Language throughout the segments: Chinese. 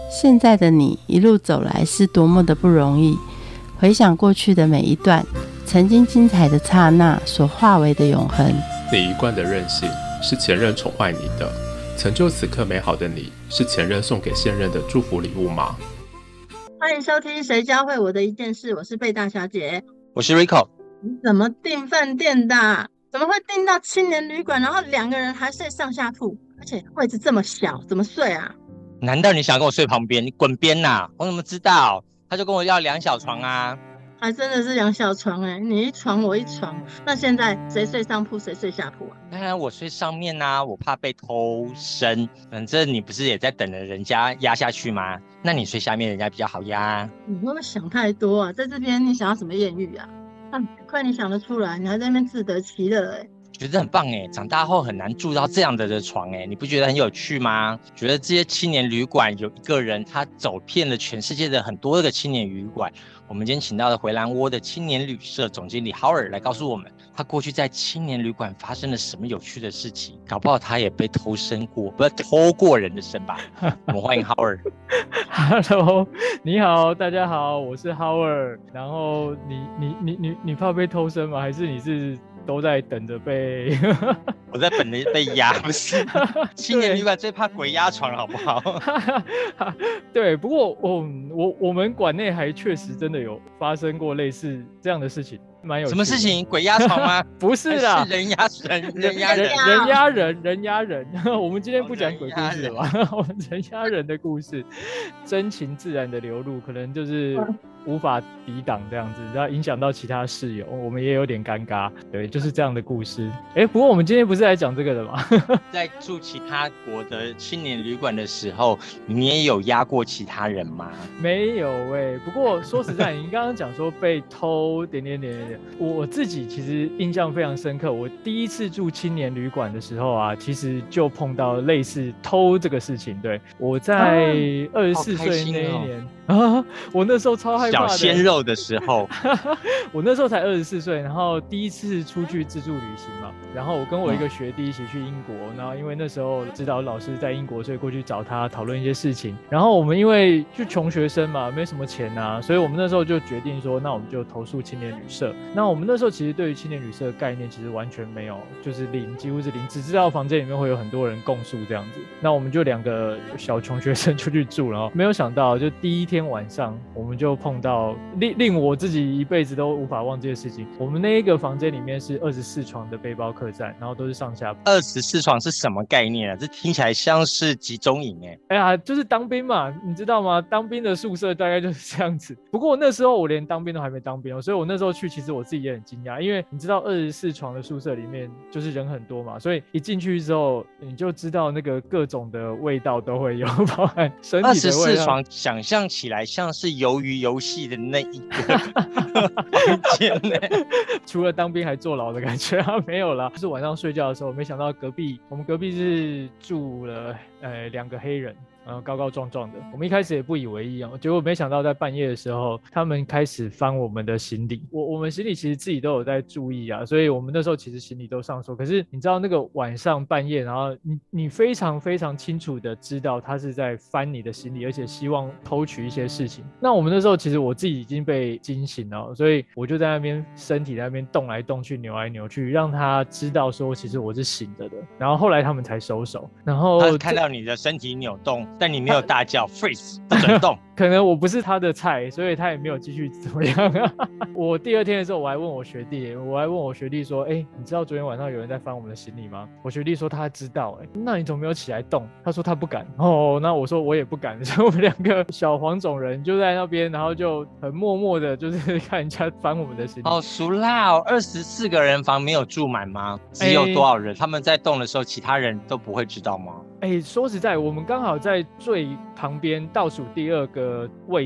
现在的你一路走来是多么的不容易，回想过去的每一段，曾经精彩的刹那所化为的永恒。 你一贯的任性是前任宠坏你的，成就此刻美好的你是前任送给现任的祝福礼物吗？ 欢迎收听谁教会我的一件事，我是贝大小姐。 我是 Rico。 你怎么订饭店的啊？怎么会订到青年旅馆，然后2个人还睡上下铺，而且位置这么小，怎么睡啊？ 难道你想跟我睡旁边？你滚边啊！我怎么知道？他就跟我要2小床啊。 还真的是2小床欸，你一床我一床，那现在谁睡上铺谁睡下铺啊？ 当然我睡上面啊，我怕被偷生。反正你不是也在等着人家压下去吗？那你睡下面人家比较好压。 你会不会想太多啊？在这边你想要什么艳遇啊？快你想得出来，你还在那边自得其乐欸。 觉得很棒欸，长大后很难住到这样的床欸，你不觉得很有趣吗？觉得这些青年旅馆有一个人他走遍了全世界的很多个青年旅馆。我们今天请到了回蓝窝的青年旅社总经理 Howard 来告诉我们，他过去在青年旅馆发生了什么有趣的事情。搞不好他也被偷生过，不是偷过人的生吧？我们欢迎 Howard。Hello， 你好，大家好，我是 Howard。然后你怕被偷生吗？还是你是都在等着被？ 我在等着被压，不是？青年旅馆最怕鬼压床，好不好？ 对，不过我们馆内还确实真的有发生过类似这样的事情，蛮有趣的。 什么事情？鬼压床吗？ 不是啦， 是人压人，人压人， 人压人，人压人。我们今天不讲鬼故事了吧？我们人压人的故事，真情自然的流露，可能就是无法抵挡这样子，然后影响到其他室友，我们也有点尴尬。对，就是这样的故事。不过我们今天不是来讲这个的吗？ 在住其他国的青年旅馆的时候，你也有压过其他人吗？ 没有不过说实在，你刚刚讲说被偷点，我自己其实印象非常深刻。我第一次住青年旅馆的时候啊，其实就碰到类似偷这个事情。对，我在24岁那一年啊，我那时候超害怕的， 小鲜肉的时候。 我那时候才24岁，然后第一次出去自助旅行嘛，然后我跟我一个学弟一起去英国，然后因为那时候指导老师在英国，所以过去找他讨论一些事情。然后我们因为就穷学生嘛，没什么钱啊，所以我们那时候就决定说，那我们就投诉青年旅社。那我们那时候其实对于青年旅社的概念其实完全没有，就是零，几乎是零，只知道房间里面会有很多人共宿这样子。那我们就2个小穷学生就去住，然后没有想到就第一天晚上我们就碰到令我自己一辈子都无法忘记的事情。我们那一个房间里面是24床的背包客栈，然后都是上下铺。 24床是什么概念啊？这听起来像是集中营就是当兵嘛，你知道吗？当兵的宿舍大概就是这样子。不过那时候我连当兵都还没当兵，所以我那时候去，其实我自己也很惊讶，因为你知道24床的宿舍里面就是人很多嘛，所以一进去之后你就知道那个各种的味道都会有，包含身体的味道。 24床想象起来像是鱿鱼游戏的那一个房间除了当兵还坐牢的感觉啊，没有啦，就是晚上睡觉的时候，没想到我们隔壁是住了2个黑人。高高壮壮的，我们一开始也不以为意结果没想到在半夜的时候，他们开始翻我们的行李。我们行李其实自己都有在注意啊，所以我们那时候其实行李都上锁。可是你知道那个晚上半夜，然后你非常非常清楚的知道他是在翻你的行李，而且希望偷取一些事情。那我们那时候其实我自己已经被惊醒了，所以我就在那边身体在那边动来动去，扭来扭去，让他知道说其实我是醒着的。然后后来他们才收手。然后他看到你的身体扭动，但你没有大叫freeze 不准动。 可能我不是他的菜，所以他也没有继续怎么样我第2天的时候，我还问我学弟说，你知道昨天晚上有人在翻我们的行李吗？我学弟说他知道。那你怎么没有起来动？他说他不敢。那我说我也不敢。所以我们2个小黄种人就在那边，然后就很默默的，就是看人家翻我们的行李。 好俗辣24个人房没有住满吗？只有多少人？他们在动的时候，其他人都不会知道吗？ 说实在，我们刚好在最旁边倒数第2个位置，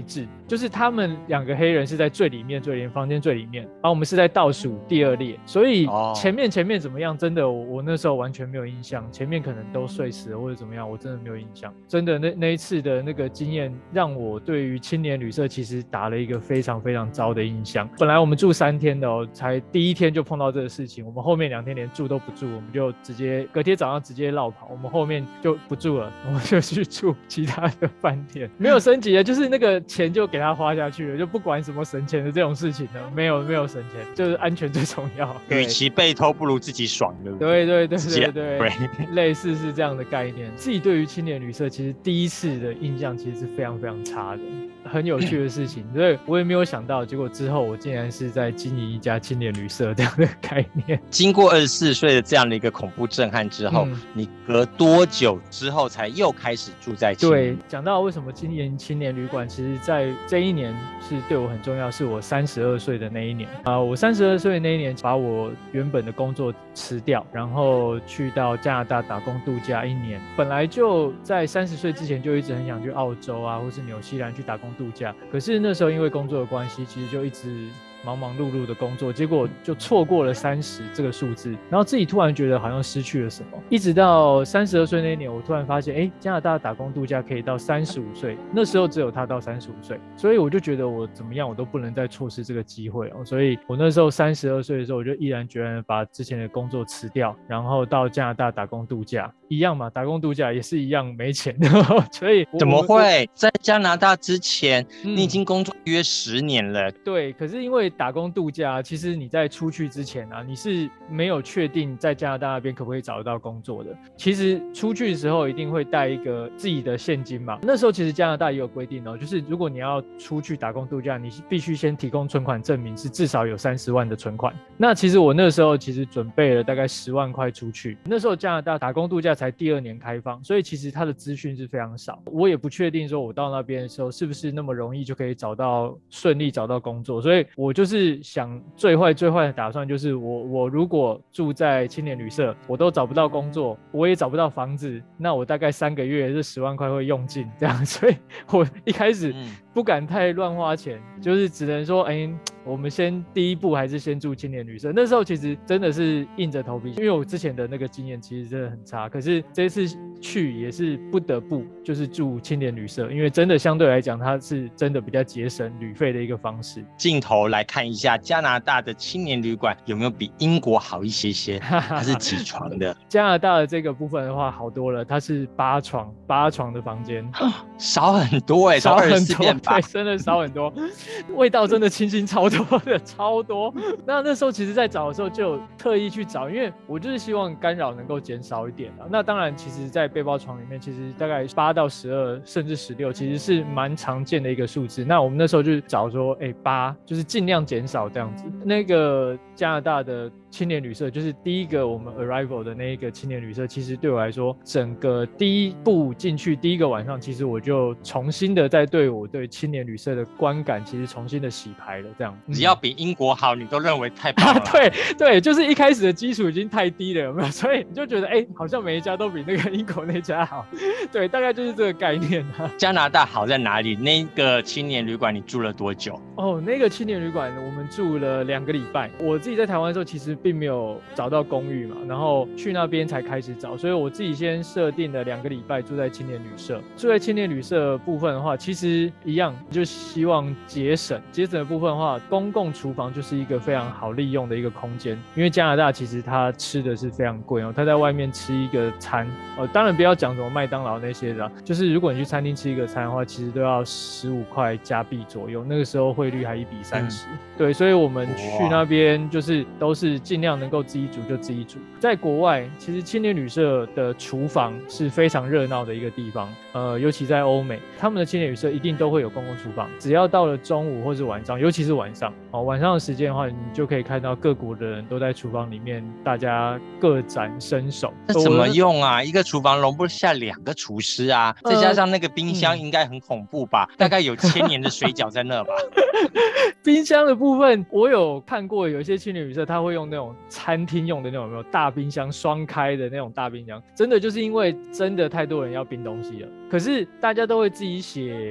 就是他们2个黑人是在最里面房间最里面，然后我们是在倒数第2列，所以前面怎么样，真的我那时候完全没有印象，前面可能都睡死了或者怎么样，我真的没有印象。真的那一次的那个经验让我对于青年旅社其实打了一个非常非常糟的印象。本来我们住3天的才第1天就碰到这个事情，我们后面2天连住都不住，我们就直接隔天早上直接绕跑，我们后面就不住了，我们就去住其他的饭店，没有升级的，就是那个钱就给他花下去了，就不管什么省钱的这种事情呢，没有省钱，就是安全最重要。 与其被偷不如自己爽，对不对？ 对，类似是这样的概念。自己对于青年旅社其实第一次的印象其实是非常非常差的，很有趣的事情，所以我也没有想到，结果之后我竟然是在经营一家青年旅社这样的概念。 经过24岁的这样的一个恐怖震撼之后，你隔多久之后才又开始住在青年？ 对，讲到为什么经营青年旅馆，其实在这一年是对我很重要，是我32岁的那一年我32岁的那一年把我原本的工作辞掉，然后去到加拿大打工度假1年。本来就在30岁之前就一直很想去澳洲或是纽西兰去打工度假，可是那时候因为工作的关系，其实就一直忙忙碌碌的工作，结果就错过了30这个数字，然后自己突然觉得好像失去了什么。一直到32岁那一年，我突然发现加拿大打工度假可以到35岁，那时候只有他到35岁，所以我就觉得我怎么样我都不能再错失这个机会所以我那时候32岁的时候，我就毅然决然把之前的工作辞掉，然后到加拿大打工度假。一样嘛，打工度假也是一样没钱所以怎么会在加拿大之前你已经工作约10年了？ 对，可是因为打工度假，其实你在出去之前你是没有确定在加拿大那边可不可以找得到工作的。其实出去的时候一定会带一个自己的现金嘛。那时候其实加拿大也有规定就是如果你要出去打工度假，你必须先提供存款证明，是至少有30万的存款。那其实我那时候其实准备了大概10万块出去。那时候加拿大打工度假才第2年开放，所以其实它的资讯是非常少，我也不确定说我到那边的时候是不是那么容易就可以顺利找到工作。所以我就是想最坏的打算就是我如果住在青年旅社，我都找不到工作，我也找不到房子，那我大概3个月这10万块会用尽这样。所以我一开始不敢太乱花钱，就是只能说我们第一步还是先住青年旅社。那时候其实真的是硬着头皮，因为我之前的那个经验其实真的很差，可是这次去也是不得不就是住青年旅社，因为真的相对来讲它是真的比较节省旅费的一个方式。 镜头来看一下加拿大的青年旅馆有没有比英国好一些它是几床的？ 加拿大的这个部分的话好多了，它是8床的房间少很多少很多， 对， 真的少很多味道真的清新超多的，超多。那时候其实在找的时候就特意去找，因为我就是希望干扰能够减少一点那当然其实在背包床里面其实大概8到12甚至16其实是蛮常见的一个数字。那我们那时候就找说8就是尽量减少这样子。那个加拿大的青年旅社就是第一个我们 arrival 的那一个青年旅社，其实对我来说整个第一步进去第一个晚上，其实我就重新的在对我对青年旅社的观感其实重新的洗牌了这样。 只要比英国好你都认为太棒了对，就是一开始的基础已经太低了，有没有？所以你就觉得好像每一家都比那个英国那家好对，大概就是这个概念加拿大好在哪里？那个青年旅馆你住了多久？ 那个青年旅馆我们住了2个礼拜。我自己在台湾的时候其实并没有找到公寓嘛，然后去那边才开始找，所以我自己先设定了2个礼拜住在青年旅社。住在青年旅社部分的话，其实一样就希望节省的部分的话，公共厨房就是一个非常好利用的一个空间。因为加拿大其实它吃的是非常贵他在外面吃一个餐当然不要讲什么麦当劳那些的就是如果你去餐厅吃一个餐的话，其实都要15块加币左右，那个时候汇率还1比30对，所以我们去那边就是都是尽量能够自己煮就自己煮。在国外其实青年旅社的厨房是非常热闹的一个地方尤其在欧美，他们的青年旅社一定都会有公共厨房。只要到了中午或是晚上，尤其是晚上晚上的时间的话，你就可以看到各国的人都在厨房里面大家各展身手。 这怎么用啊？一个厨房容不下2个厨师啊再加上那个冰箱应该很恐怖吧大概有1000年的水饺在那吧冰箱的部分我有看过，有一些青年旅社他会用那种餐厅用的那种有没有大冰箱，双开的那种大冰箱，真的就是因为真的太多人要冰东西了，可是大家都会自己写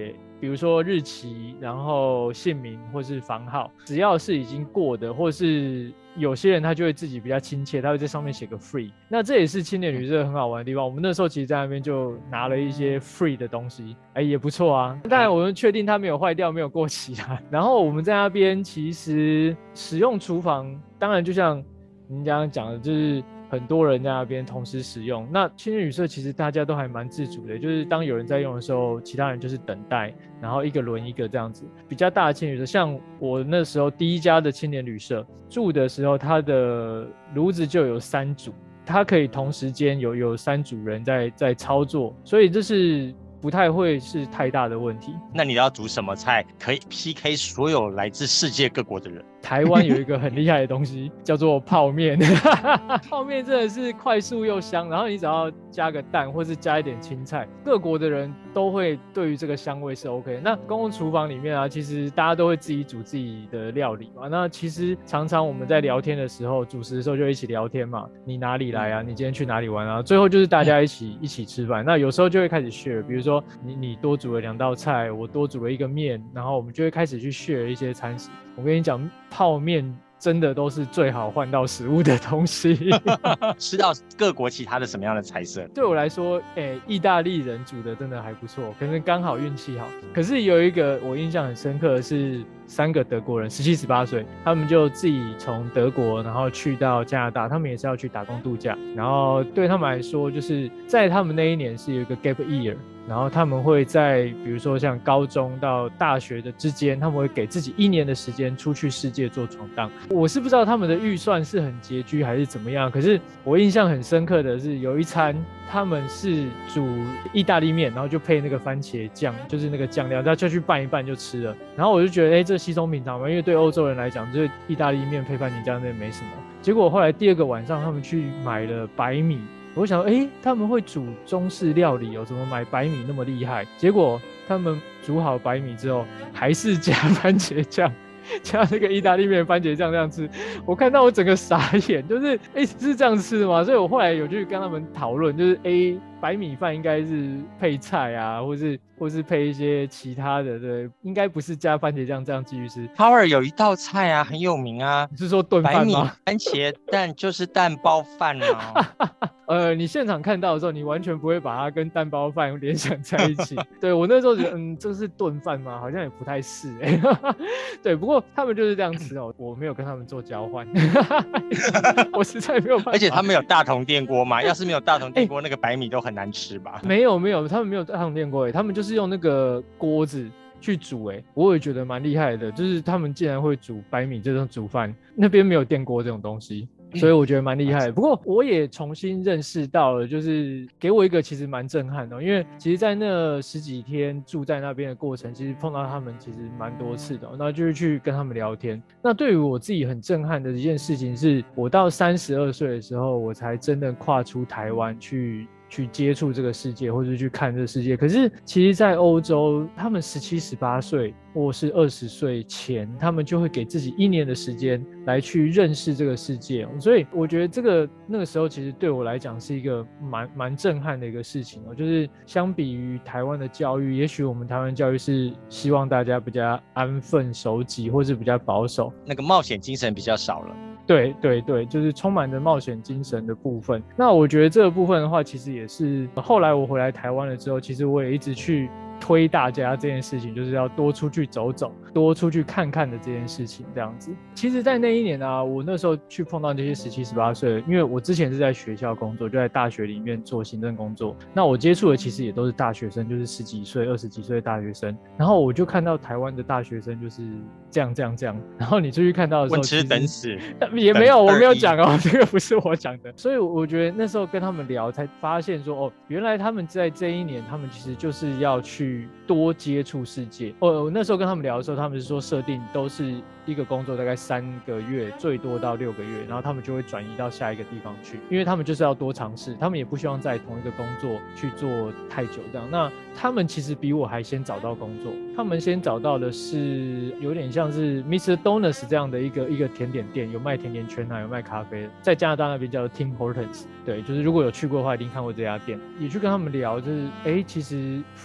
比如说日期，然后姓名或是房号，只要是已经过的，或是有些人他就会自己比较亲切，他会在上面写个 free。那这也是青年旅社很好玩的地方。我们那时候其实在那边就拿了一些 free 的东西，也不错啊。当然我们确定它没有坏掉，没有过期啊。然后我们在那边其实使用厨房，当然就像您刚刚讲的，就是很多人在那边同时使用。那青年旅社其实大家都还蛮自主的，就是当有人在用的时候，其他人就是等待，然后一个轮一个这样子。比较大的青年旅社，像我那时候第一家的青年旅社住的时候，它的炉子就有3组，它可以同时间有3组人在操作，所以这是不太会是太大的问题。 那你要煮什么菜可以 PK 所有来自世界各国的人？ 台湾有一个很厉害的东西叫做泡面泡面真的是快速又香，然后你只要加个蛋或是加一点青菜，各国的人都会对于这个香味是 OK 的。那公共厨房里面啊，其实大家都会自己煮自己的料理嘛，那其实常常我们在聊天的时候，主食的时候就一起聊天嘛，你哪里来啊，你今天去哪里玩啊，最后就是大家一起吃饭。那有时候就会开始 share， 比如说你多煮了2道菜，我多煮了一个面，然后我们就会开始去 share 一些餐食。我跟你讲，泡面真的都是最好换到食物的东西吃到各国其他的什么样的菜色？ 对我来说，意大利人煮的真的还不错，可能刚好运气好。可是有一个我印象很深刻的是3个德国人，17、18岁，他们就自己从德国然后去到加拿大，他们也是要去打工度假。然后对他们来说，就是在他们那一年是有一个 gap year，然后他们会在比如说像高中到大学的之间，他们会给自己1年的时间出去世界做闯荡。我是不知道他们的预算是很拮据还是怎么样，可是我印象很深刻的是有一餐他们是煮意大利面，然后就配那个番茄酱，就是那个酱料，他就去拌一拌就吃了。然后我就觉得这稀松平常嘛，因为对欧洲人来讲，就是意大利面配番茄酱那没什么。结果后来第2个晚上他们去买了白米，我想说他们会煮中式料理怎么买白米那么厉害？结果他们煮好白米之后还是加番茄酱，加那个意大利面的番茄酱这样吃。我看到我整个傻眼，就是是这样吃的吗？所以我后来有去跟他们讨论，就是白米饭应该是配菜啊，或是配一些其他的，对，应该不是加番茄酱这样继续吃。 Power 有一道菜啊，很有名啊， 你是说炖饭吗？ 白米番茄蛋就是蛋包饭哦。 你现场看到的时候，你完全不会把它跟蛋包饭联想在一起。对，我那时候觉得，这是炖饭吗？好像也不太是对，不过他们就是这样吃我没有跟他们做交换我实在没有办法。 而且他们有大同电锅嘛？要是没有大同电锅，那个白米都很难吃吧？ 没有，他们没有大同电锅，他们就是用那个锅子去煮，我也觉得蛮厉害的，就是他们竟然会煮白米这种煮饭，那边没有电锅这种东西。所以我觉得蛮厉害的。不过我也重新认识到了，就是给我一个其实蛮震撼的，因为其实在那10几天住在那边的过程，其实碰到他们其实蛮多次的，那就是去跟他们聊天。那对于我自己很震撼的一件事情是，我到32岁的时候，我才真的跨出台湾去接触这个世界，或者去看这个世界。可是其实在欧洲，他们17、18岁或是20岁前，他们就会给自己1年的时间来去认识这个世界。所以我觉得那个时候其实对我来讲是一个蛮震撼的一个事情，就是相比于台湾的教育，也许我们台湾教育是希望大家比较安分守己，或是比较保守， 那个冒险精神比较少了。 对，就是充满着冒险精神的部分。那我觉得这个部分的话，其实也是后来我回来台湾了之后，其实我也一直去推大家这件事情，就是要多出去走走，多出去看看的这件事情这样子。其实在那一年啊，我那时候去碰到这些17、18岁，因为我之前是在学校工作，就在大学里面做行政工作，那我接触的其实也都是大学生，就是10几岁、20几岁的大学生。然后我就看到台湾的大学生就是这样，然后你出去看到的时候， 混吃等死也没有，我没有讲这个不是我讲的。所以我觉得那时候跟他们聊，才发现说原来他们在这一年，他们其实就是要去多接触世界。我那时候跟他们聊的时候，他们是说设定都是一个工作大概3个月，最多到6个月，然后他们就会转移到下一个地方去，因为他们就是要多尝试，他们也不希望在同一个工作去做太久这样。那他们其实比我还先找到工作，他们先找到的是有点像是 Mr. Donuts 这样的一个甜点店，有卖甜甜圈啊，有卖咖啡，在加拿大那边叫 Tim Hortons。对，就是如果有去过的话，一定看过这家店。也去跟他们聊，就是其实服务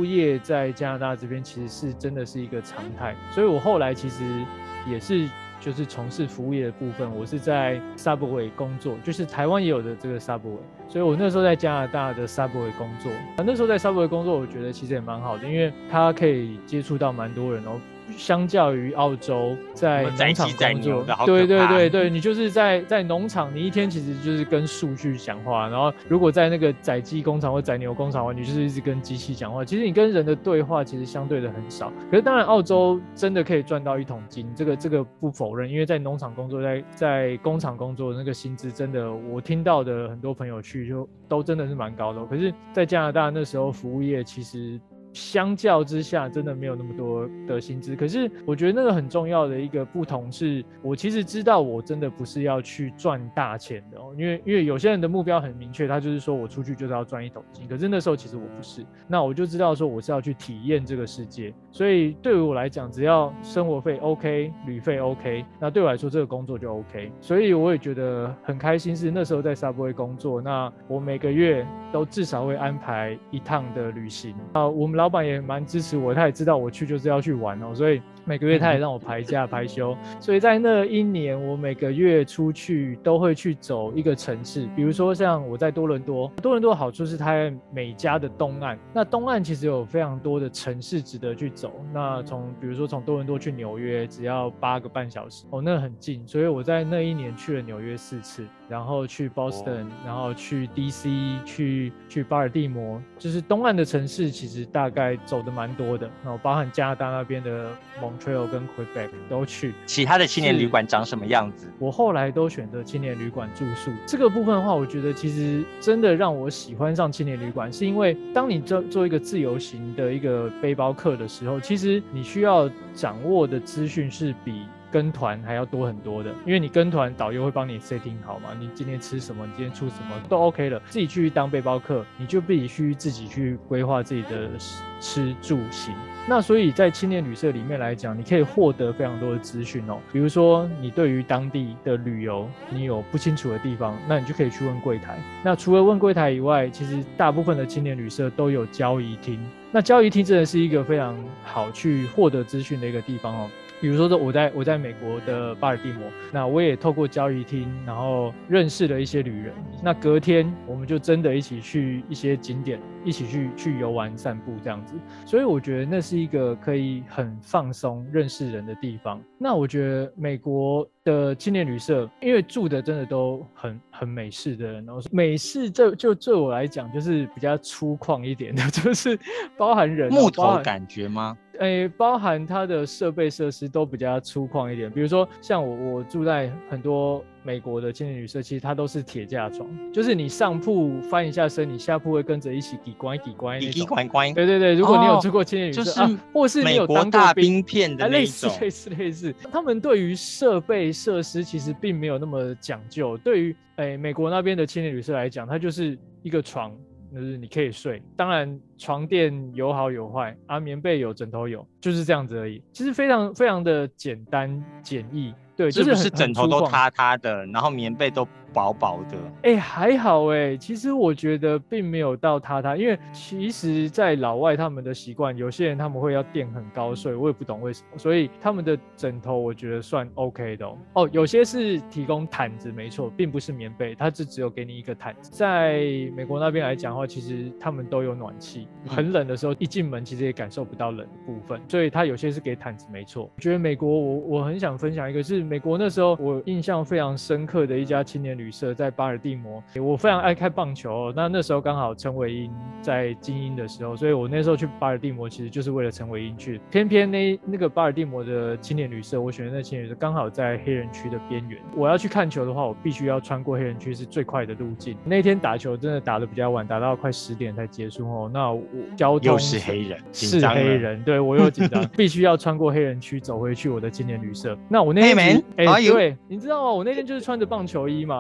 业在加拿大这边其实是真的是一个常态，所以我后来其实也是就是从事服务业的部分，我是在 Subway 工作，就是台湾也有的这个 Subway， 所以我那时候在加拿大的 Subway 工作，那时候在 Subway 工作，我觉得其实也蛮好的，因为它可以接触到蛮多人哦。相较于澳洲在农场工作，对，你就是在农场，你一天其实就是跟数据讲话，然后如果在那个宰鸡工厂或宰牛工厂的话，你就是一直跟机器讲话，其实你跟人的对话其实相对的很少。可是当然澳洲真的可以赚到一桶金，这个不否认，因为在农场工作，在工厂工作的那个薪资真的，我听到的很多朋友去就都真的是蛮高的。可是在加拿大那时候服务业其实相较之下真的没有那么多的薪资，可是我觉得那个很重要的一个不同是，我其实知道我真的不是要去赚大钱的哦，因为有些人的目标很明确，他就是说我出去就是要赚一桶金，可是那时候其实我不是，那我就知道说我是要去体验这个世界，所以对于我来讲，只要生活费 OK， 旅费 OK， 那对我来说这个工作就 OK， 所以我也觉得很开心是那时候在 Subway 工作，那我每个月都至少会安排一趟的旅行，我们老板也蛮支持我，他也知道我去就是要去玩哦，所以每个月他也让我排假排休，所以在那一年我每个月出去都会去走一个城市，比如说像我在多伦多的好处是它在美加的东岸，那东岸其实有非常多的城市值得去走，那比如说从多伦多去纽约只要8个半小时哦，那很近，所以我在那一年去了纽约4次，然后去 Boston，然后去 DC， 去巴尔的摩，就是东岸的城市其实大概走的蛮多的，然后包含加拿大那边的 Montreal 跟 Quebec 都去。 其他的青年旅馆长什么样子？ 我后来都选择青年旅馆住宿。这个部分的话，我觉得其实真的让我喜欢上青年旅馆，是因为当你做一个自由行的一个背包客的时候，其实你需要掌握的资讯是比跟团还要多很多的，因为你跟团导游会帮你 setting 好嘛，你今天吃什么，你今天出什么都 OK 了。自己去当背包客，你就必须自己去规划自己的吃住行。那所以在青年旅社里面来讲，你可以获得非常多的资讯哦，比如说你对于当地的旅游你有不清楚的地方，那你就可以去问柜台。那除了问柜台以外，其实大部分的青年旅社都有交易厅，那交易厅真的是一个非常好去获得资讯的一个地方哦。比如说我在美国的巴尔的摩，那我也透过交易厅，然后认识了一些旅人。那隔天我们就真的一起去一些景点，一起去游玩散步这样子。所以我觉得那是一个可以很放松认识人的地方。那我觉得美国的青年旅社，因为住的真的都很美式的人，然后美式就对我来讲就是比较粗犷一点的，就是包含人木头感觉吗？ 包含它的设备设施都比较粗犷一点，比如说像我住在很多美国的青年旅社，其实它都是铁架床，就是你上铺翻一下身，你下铺会跟着一起叽乖叽乖那种。叽乖。对，如果你有住过青年旅社， 就是或是你有当过美国大兵片的那种， 类似。他们对于设备设施其实并没有那么讲究。对于美国那边的青年旅社来讲，它就是一个床。就是你可以睡，当然床垫有好有坏啊，棉被有，枕头有，就是这样子而已。其实非常非常的简单简易，对， 是不是枕头都塌塌的，然后棉被都薄薄的？ 还好其实我觉得并没有到塌，因为其实在老外他们的习惯，有些人他们会要垫很高睡，我也不懂为什么，所以他们的枕头我觉得算 OK 的哦。有些是提供毯子，没错，并不是棉被，它只有给你一个毯子。在美国那边来讲的话，其实他们都有暖气，很冷的时候一进门其实也感受不到冷的部分，所以它有些是给毯子，没错。我觉得美国我很想分享一个是美国那时候我印象非常深刻的一家青年旅社，在巴尔的摩。我非常爱看棒球那时候刚好陈伟英在精英的时候，所以我那时候去巴尔的摩其实就是为了陈伟英去。偏偏那个巴尔的摩的青年旅社，我选的那青年旅社刚好在黑人区的边缘，我要去看球的话，我必须要穿过黑人区，是最快的路径。那天打球真的打得比较晚，打到快10点才结束那我交通又是黑人， 是黑人，对，我又紧张必须要穿过黑人区走回去我的青年旅社。那我那天对，你知道吗？我那天就是穿着棒球衣嘛，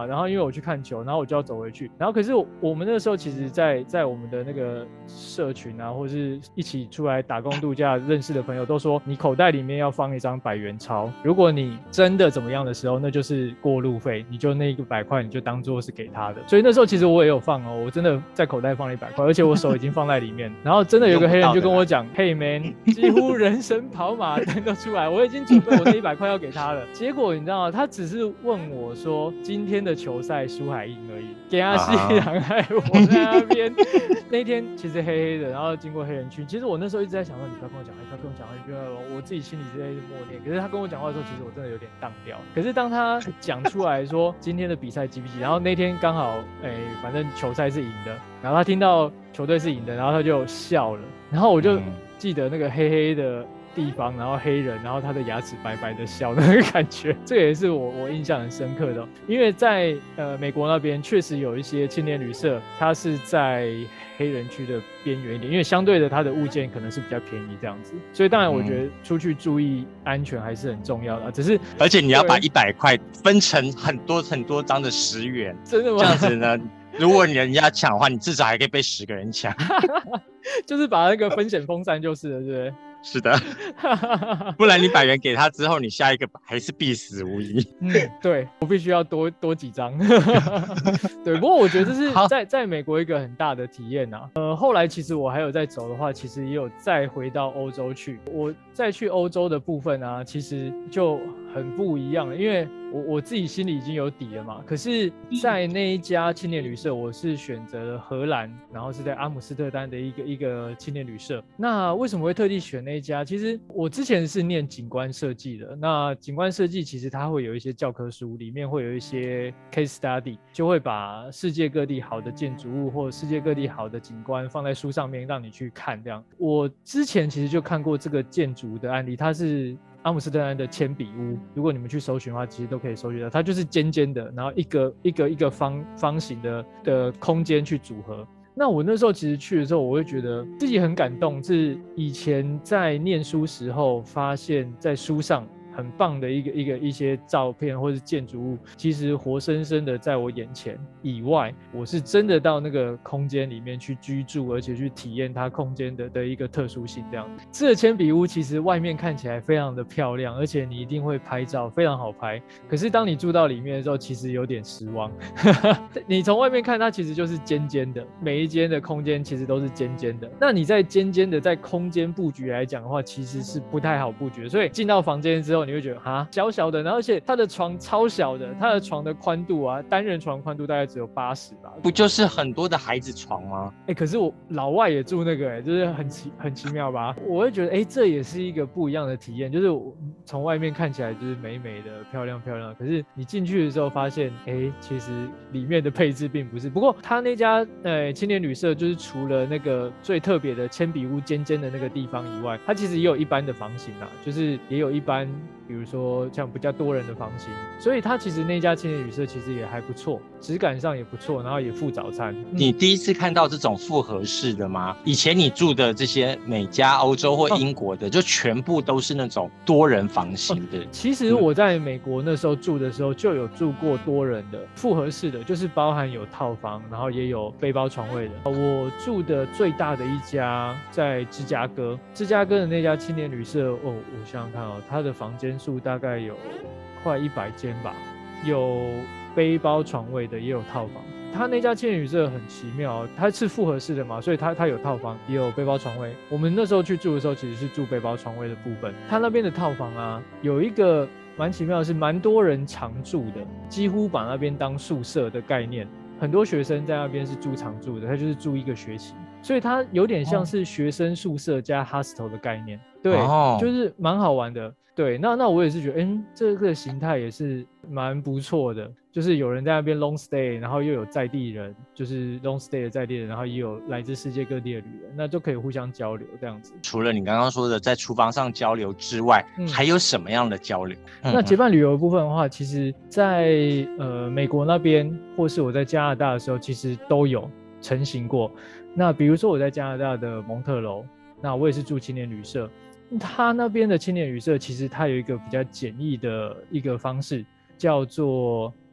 然后因为我去看球，然后我就要走回去，然后可是我们那个时候其实在我们的那个社群啊，或是一起出来打工度假认识的朋友都说，你口袋里面要放一张100元钞，如果你真的怎么样的时候，那就是过路费，你就那100块你就当做是给他的。所以那时候其实我也有放哦，我真的在口袋放了100块，而且我手已经放在里面。然后真的有个黑人就跟我讲，Hey man， 几乎人生跑马灯都出来，我已经准备我那100块要给他了。结果你知道吗？他只是问我说，今天的球赛输还赢而已，给他西洋害我在那边。那天其实黑黑的，然后经过黑人区，其实我那时候一直在想说，你不要跟我讲话，你不要跟我讲话，你不要，我自己心里在默念。可是他跟我讲话的时候，其实我真的有点荡掉。可是当他讲出来说今天的比赛积不积，然后那天刚好反正球赛是赢的，然后他听到球队是赢的，然后他就笑了，然后我就记得那个黑黑的地方，然后黑人，然后他的牙齿白白的笑的那个感觉，这也是我印象很深刻的。因为在美国那边确实有一些青年旅社，它是在黑人区的边缘一点，因为相对的它的物件可能是比较便宜这样子，所以当然我觉得出去注意安全还是很重要的。只是而且你要把100块分成很多很多张的10元， 真的吗？ 这样子呢，如果人家抢的话，你至少还可以被10个人抢。 就是把那个风险分散就是了，对不对？ 是的，不然你100元给他之后，你下一个还是必死无疑。 对，我必须要多几张。对，不过我觉得这是在美国一个很大的体验啊。后来其实我还有在走的话，其实也有再回到欧洲去。我再去欧洲的部分啊，其实就很不一样了，因为我自己心里已经有底了嘛。可是，在那一家青年旅社，我是选择了荷兰，然后是在阿姆斯特丹的一个青年旅社。那为什么会特地选那一家？其实我之前是念景观设计的。那景观设计其实它会有一些教科书，里面会有一些 case study， 就会把世界各地好的建筑物或世界各地好的景观放在书上面让你去看。这样，我之前其实就看过这个建筑的案例，它是阿姆斯特丹的铅笔屋，如果你们去搜寻的话，其实都可以搜寻到。它就是尖尖的，然后一个方形的空间去组合。那我那时候其实去的时候，我会觉得自己很感动，是以前在念书时候发现，在书上很棒的一些照片或是建筑物，其实活生生的在我眼前以外，我是真的到那个空间里面去居住，而且去体验它空间的一个特殊性。这样，这个铅笔屋其实外面看起来非常的漂亮，而且你一定会拍照，非常好拍。可是当你住到里面的时候，其实有点失望。你从外面看，它其实就是尖尖的，每一间的空间其实都是尖尖的。那你在尖尖的在空间布局来讲的话，其实是不太好布局的。所以进到房间之后，你会觉得小小的，然后而且它的床超小的，它的床的宽度啊，单人床宽度大概只有80吧。 不就是很多的孩子床吗？ 可是我老外也住那个，就是很奇妙吧。我会觉得这也是一个不一样的体验，就是我从外面看起来就是美美的漂亮漂亮，可是你进去的时候发现其实里面的配置并不是。不过他那家青年旅社就是除了那个最特别的铅笔屋尖尖的那个地方以外，它其实也有一般的房型啊，就是也有一般比如说像比较多人的房型，所以它其实那家青年旅社其实也还不错，质感上也不错，然后也附早餐。 你第一次看到这种复合式的吗？以前你住的这些美加、欧洲或英国的，就全部都是那种多人房型的。 其实我在美国那时候住的时候就有住过多人的复合式的，就是包含有套房，然后也有背包床位的。我住的最大的一家在芝加哥的那家青年旅社，我想想看它的房间数大概有快100间吧，有背包床位的，也有套房。他那家青年旅社很奇妙，它是复合式的嘛，所以它有套房，也有背包床位。我们那时候去住的时候，其实是住背包床位的部分。他那边的套房啊，有一个蛮奇妙的是，蛮多人常住的，几乎把那边当宿舍的概念。很多学生在那边是住常住的，他就是住1个学期，所以它有点像是学生宿舍加 hostel 的概念。对，就是蛮好玩的。对，那我也是觉得，这个形态也是蛮不错的，就是有人在那边 long stay， 然后又有在地人，就是 long stay 的在地人，然后也有来自世界各地的旅人，那就可以互相交流这样子。 除了你刚刚说的在厨房上交流之外，还有什么样的交流？ 那结伴旅游的部分的话，其实在美国那边，或是我在加拿大的时候，其实都有成型过。那比如说我在加拿大的蒙特楼，那我也是住青年旅社。他那边的青年旅社其实它有一个比较简易的一个方式，叫做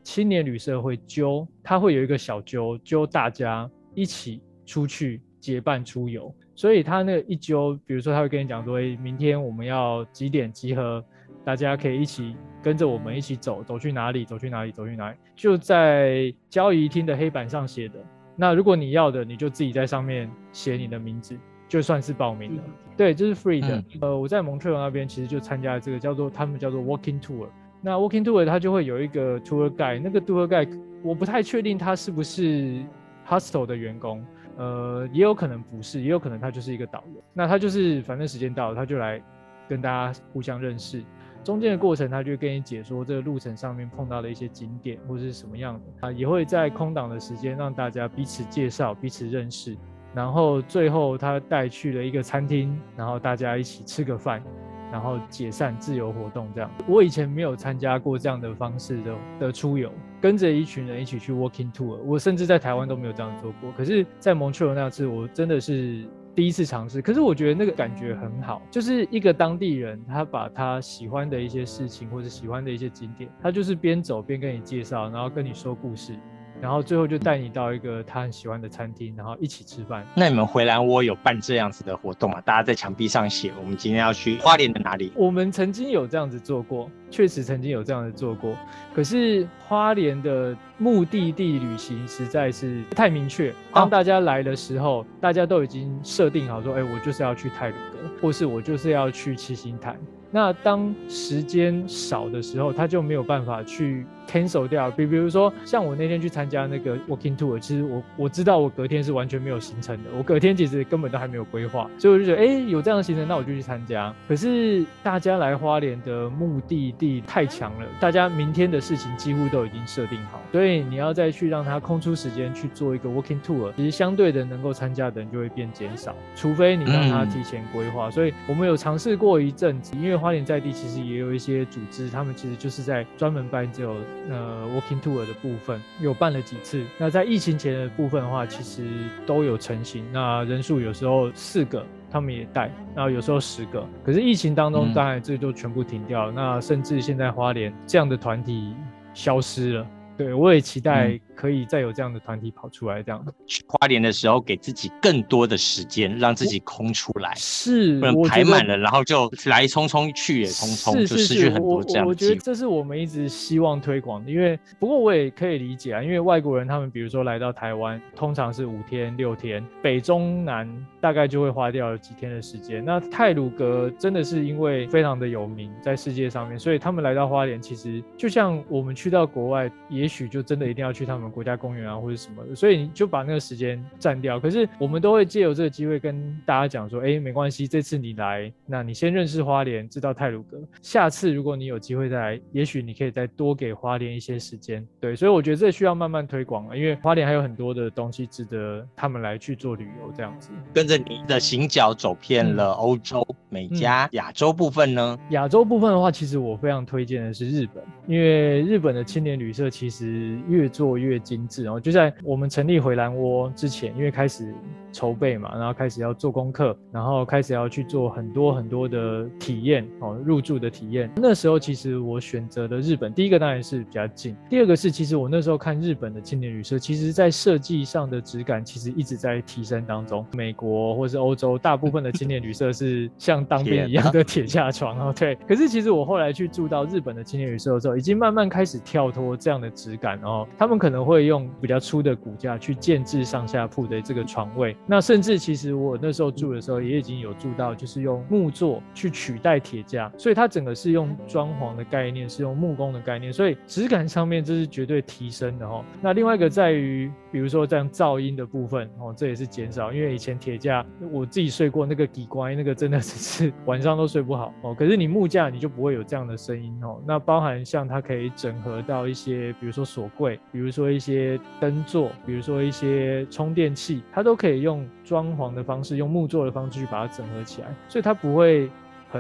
青年旅社会他会有一个小揪大家一起出去结伴出游，所以他那个一揪，比如说他会跟你讲说，明天我们要几点集合，大家可以一起跟着我们一起走去哪里，就在交易厅的黑板上写的。那如果你要的，你就自己在上面写你的名字，就算是报名了。对，这是 free 的。我在蒙特利尔那边其实就参加了这个他们叫做 walking tour。那 walking tour 它就会有一个 tour guide， 那个 tour guide 我不太确定他是不是 hostel 的员工。也有可能不是，也有可能他就是一个导游。那他就是反正时间到了，他就来跟大家互相认识。中间的过程，他就跟你解说这个路程上面碰到的一些景点或是什么样的也会在空档的时间让大家彼此介绍、彼此认识。然后最后他带去了一个餐厅，然后大家一起吃个饭，然后解散自由活动这样。我以前没有参加过这样的方式的出游，跟着一群人一起去 walking tour， 我甚至在台湾都没有这样做过。可是在蒙特利尔那次我真的是第一次尝试，可是我觉得那个感觉很好，就是一个当地人他把他喜欢的一些事情或者喜欢的一些景点，他就是边走边跟你介绍，然后跟你说故事，然后最后就带你到一个他很喜欢的餐厅，然后一起吃饭。 那你们回蓝窝有办这样子的活动吗？大家在墙壁上写我们今天要去花莲的哪里？ 我们曾经有这样子做过，确实曾经有这样子做过，可是花莲的目的地旅行实在是太明确，当大家来的时候大家都已经设定好说我就是要去太鲁阁，或是我就是要去七星潭。那当时间少的时候，他就没有办法去 cancel 掉。比如说，像我那天去参加那个 walking tour， 其实我知道我隔天是完全没有行程的，我隔天其实根本都还没有规划，所以我就觉得，有这样的行程，那我就去参加。可是大家来花莲的目的地太强了，大家明天的事情几乎都已经设定好，所以你要再去让他空出时间去做一个 walking tour， 其实相对的能够参加的人就会变减少，除非你让他提前规划。所以我们有尝试过一阵子，因为花莲在地其实也有一些组织，他们其实就是在专门办这种walking tour 的部分，有办了几次。那在疫情前的部分的话，其实都有成型，那人数有时候4个他们也带，然后有时候10个。可是疫情当中当然这就全部停掉了，那甚至现在花莲这样的团体消失了。对，我也期待可以再有这样的团体跑出来，这样去花莲的时候给自己更多的时间，让自己空出来， 是不能排满了然后就来匆匆去也匆匆，就失去很多这样的机会。 我觉得这是我们一直希望推广的，因为不过我也可以理解因为外国人他们比如说来到台湾通常是5天6天，北中南大概就会花掉几天的时间。那太鲁阁真的是因为非常的有名在世界上面，所以他们来到花莲其实就像我们去到国外也许就真的一定要去他们国家公园或者什么的，所以你就把那个时间占掉。可是我们都会借由这个机会跟大家讲说没关系，这次你来，那你先认识花莲，知道太鲁阁，下次如果你有机会再来，也许你可以再多给花莲一些时间。对，所以我觉得这需要慢慢推广因为花莲还有很多的东西值得他们来去做旅游这样子。 跟着你的行脚走遍了欧洲、美加、亚洲部分呢？ 亚洲部分的话，其实我非常推荐的是日本，因为日本的青年旅社其实越做越精致就在我们成立回蓝窝之前，因为开始筹备嘛，然后开始要做功课，然后开始要去做很多很多的体验入住的体验。那时候其实我选择的日本，第一个当然是比较近，第二个是其实我那时候看日本的青年旅社，其实在设计上的质感其实一直在提升当中。美国或是欧洲大部分的青年旅社是像当兵一样的铁架床对。可是其实我后来去住到日本的青年旅社的时候，已经慢慢开始跳脱这样的质感他们可能会用比较粗的骨架去建制上下铺的这个床位。那甚至其实我那时候住的时候也已经有住到就是用木座去取代铁架，所以它整个是用装潢的概念，是用木工的概念，所以质感上面这是绝对提升的那另外一个在于比如说这样噪音的部分这也是减少，因为以前铁架我自己睡过那个底乖，那个真的是晚上都睡不好可是你木架你就不会有这样的声音那包含像它可以整合到一些比如说锁柜，比如说一些灯座，比如说一些充电器，它都可以用装潢的方式，用木做的方式去把它整合起来，所以它不会很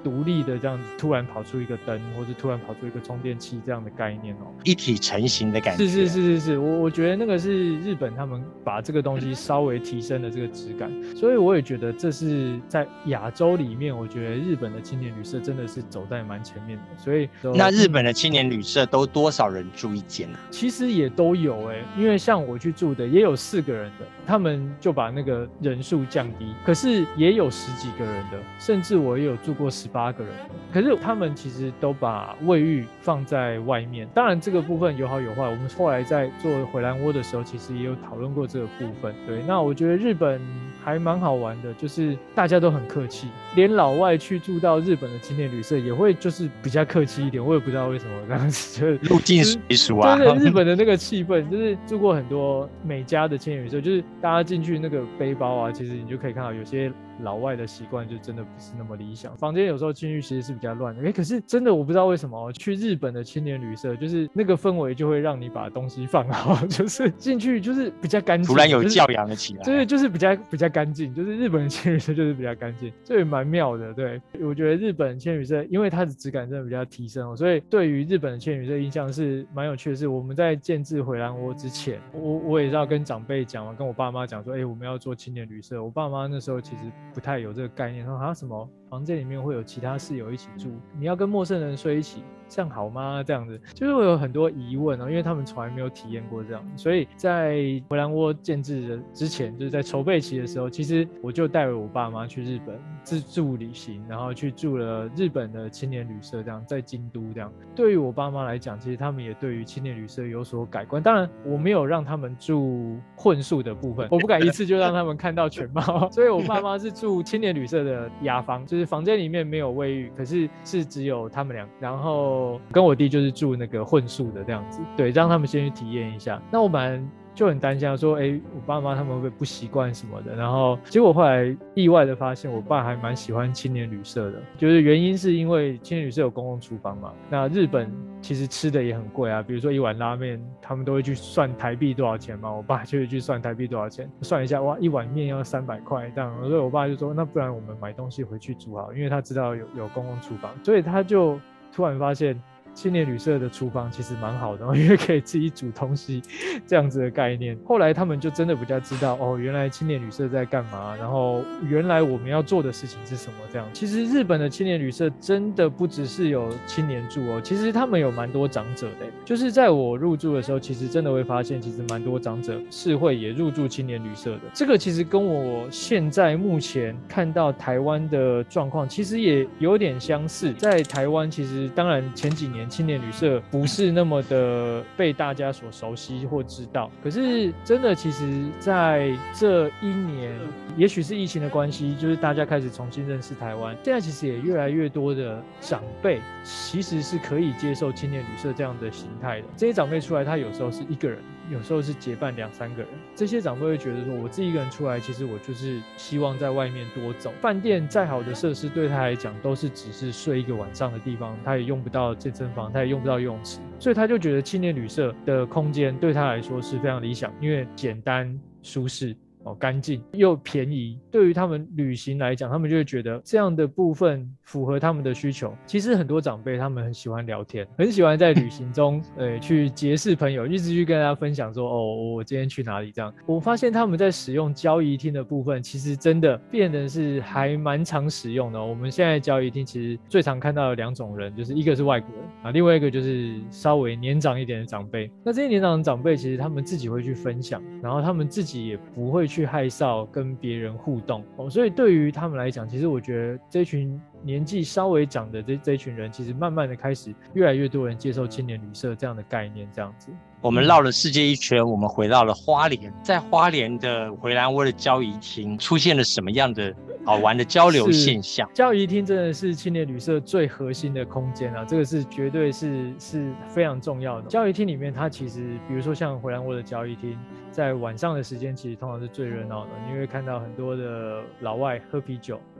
独立的这样子，突然跑出一个灯，或者突然跑出一个充电器这样的概念哦， 一体成型的感觉。 是，我觉得那个是日本他们把这个东西稍微提升了这个质感，所以我也觉得这是在亚洲里面，我觉得日本的青年旅社真的是走在蛮前面的。所以那日本的青年旅社都多少人住一间啊？ 其实也都有因为像我去住的也有4个人的，他们就把那个人数降低，可是也有10几个人的，甚至我也有住过18个人的，可是他们其实都把卫浴放在外面。当然这个部分有好有坏，我们后来在做回蓝窝的时候其实也有讨论过这个部分。对，那我觉得日本还蛮好玩的，就是大家都很客气，连老外去住到日本的青年旅社也会就是比较客气一点，我也不知道为什么这样子，就是入境随俗啊。 对，日本的那个气氛，就是住过很多美家的青年旅社，就是大家进去那个背包啊，其实你就可以看到有些老外的习惯就真的不是那么理想，房间有时候进去其实是比较乱的。可是真的我不知道为什么去日本的青年旅社，就是那个氛围就会让你把东西放好，就是进去就是比较干净， 突然有教养了起来。 对，就是比较干净，就是日本的青年旅社就是比较干净，这也蛮妙的。对，我觉得日本青年旅社因为它的质感真的比较提升所以对于日本的青年旅社印象是蛮有趣的。是我们在建制回蓝窝之前，我也是要跟长辈讲嘛，跟我爸妈讲说，我们要做青年旅社。我爸妈那时候其实不太有这个概念，说什么房间里面会有其他室友一起住，你要跟陌生人睡一起，这样好吗？这样子就是会有很多疑问因为他们从来没有体验过这样。所以在回蓝窝建制的之前，就是在筹备期的时候，其实我就带了我爸妈去日本自助旅行，然后去住了日本的青年旅社，这样在京都这样。对于我爸妈来讲，其实他们也对于青年旅社有所改观。当然我没有让他们住混宿的部分，我不敢一次就让他们看到全貌所以我爸妈是住青年旅社的雅房，就是房间里面没有卫浴，可是是只有他们俩，然后跟我弟就是住那个混宿的这样子。对，让他们先去体验一下。那我们就很担心说我爸妈他们会不会不习惯什么的，然后结果后来意外的发现我爸还蛮喜欢青年旅社的，就是原因是因为青年旅社有公共厨房嘛，那日本其实吃的也很贵啊，比如说一碗拉面他们都会去算台币多少钱嘛，我爸就会去算台币多少钱，算一下哇，一碗面要300块这样，所以我爸就说那不然我们买东西回去煮好，因为他知道有公共厨房，所以他就突然发现青年旅社的厨房其实蛮好的因为可以自己煮东西这样子的概念。后来他们就真的比较知道原来青年旅社在干嘛，然后原来我们要做的事情是什么这样。其实日本的青年旅社真的不只是有青年住其实他们有蛮多长者的就是在我入住的时候，其实真的会发现其实蛮多长者是会也入住青年旅社的。这个其实跟我现在目前看到台湾的状况其实也有点相似。在台湾其实当然前几年青年旅社不是那么的被大家所熟悉或知道，可是真的其实在这1年，也许是疫情的关系，就是大家开始重新认识台湾，现在其实也越来越多的长辈其实是可以接受青年旅社这样的形态的。这些长辈出来他有时候是一个人，有时候是结伴2、3个人，这些长辈会觉得说我自己一个人出来，其实我就是希望在外面多走，饭店再好的设施对他来讲都是只是睡一个晚上的地方，他也用不到健身房，他也用不到游泳池，所以他就觉得青年旅社的空间对他来说是非常理想，因为简单舒适干净又便宜，对于他们旅行来讲，他们就会觉得这样的部分符合他们的需求。其实很多长辈他们很喜欢聊天，很喜欢在旅行中去结识朋友，一直去跟大家分享说我今天去哪里这样。我发现他们在使用交谊厅的部分其实真的变得是还蛮常使用的我们现在交谊厅其实最常看到的2种人，就是一个是外国人另外一个就是稍微年长一点的长辈。那这些年长的长辈其实他们自己会去分享，然后他们自己也不会去害臊跟别人互动所以对于他们来讲，其实我觉得这群年纪稍微长的这群人，其实慢慢的开始越来越多人接受青年旅社这样的概念这样子。 我们绕了世界一圈，我们回到了花莲，在花莲的回蓝窝的交谊厅出现了什么样的好玩的交流现象？ 交谊厅真的是青年旅社最核心的空间这个是绝对是非常重要的。交谊厅里面它其实比如说像回蓝窝的交谊厅，在晚上的时间其实通常是最热闹的，你会看到很多的老外喝啤酒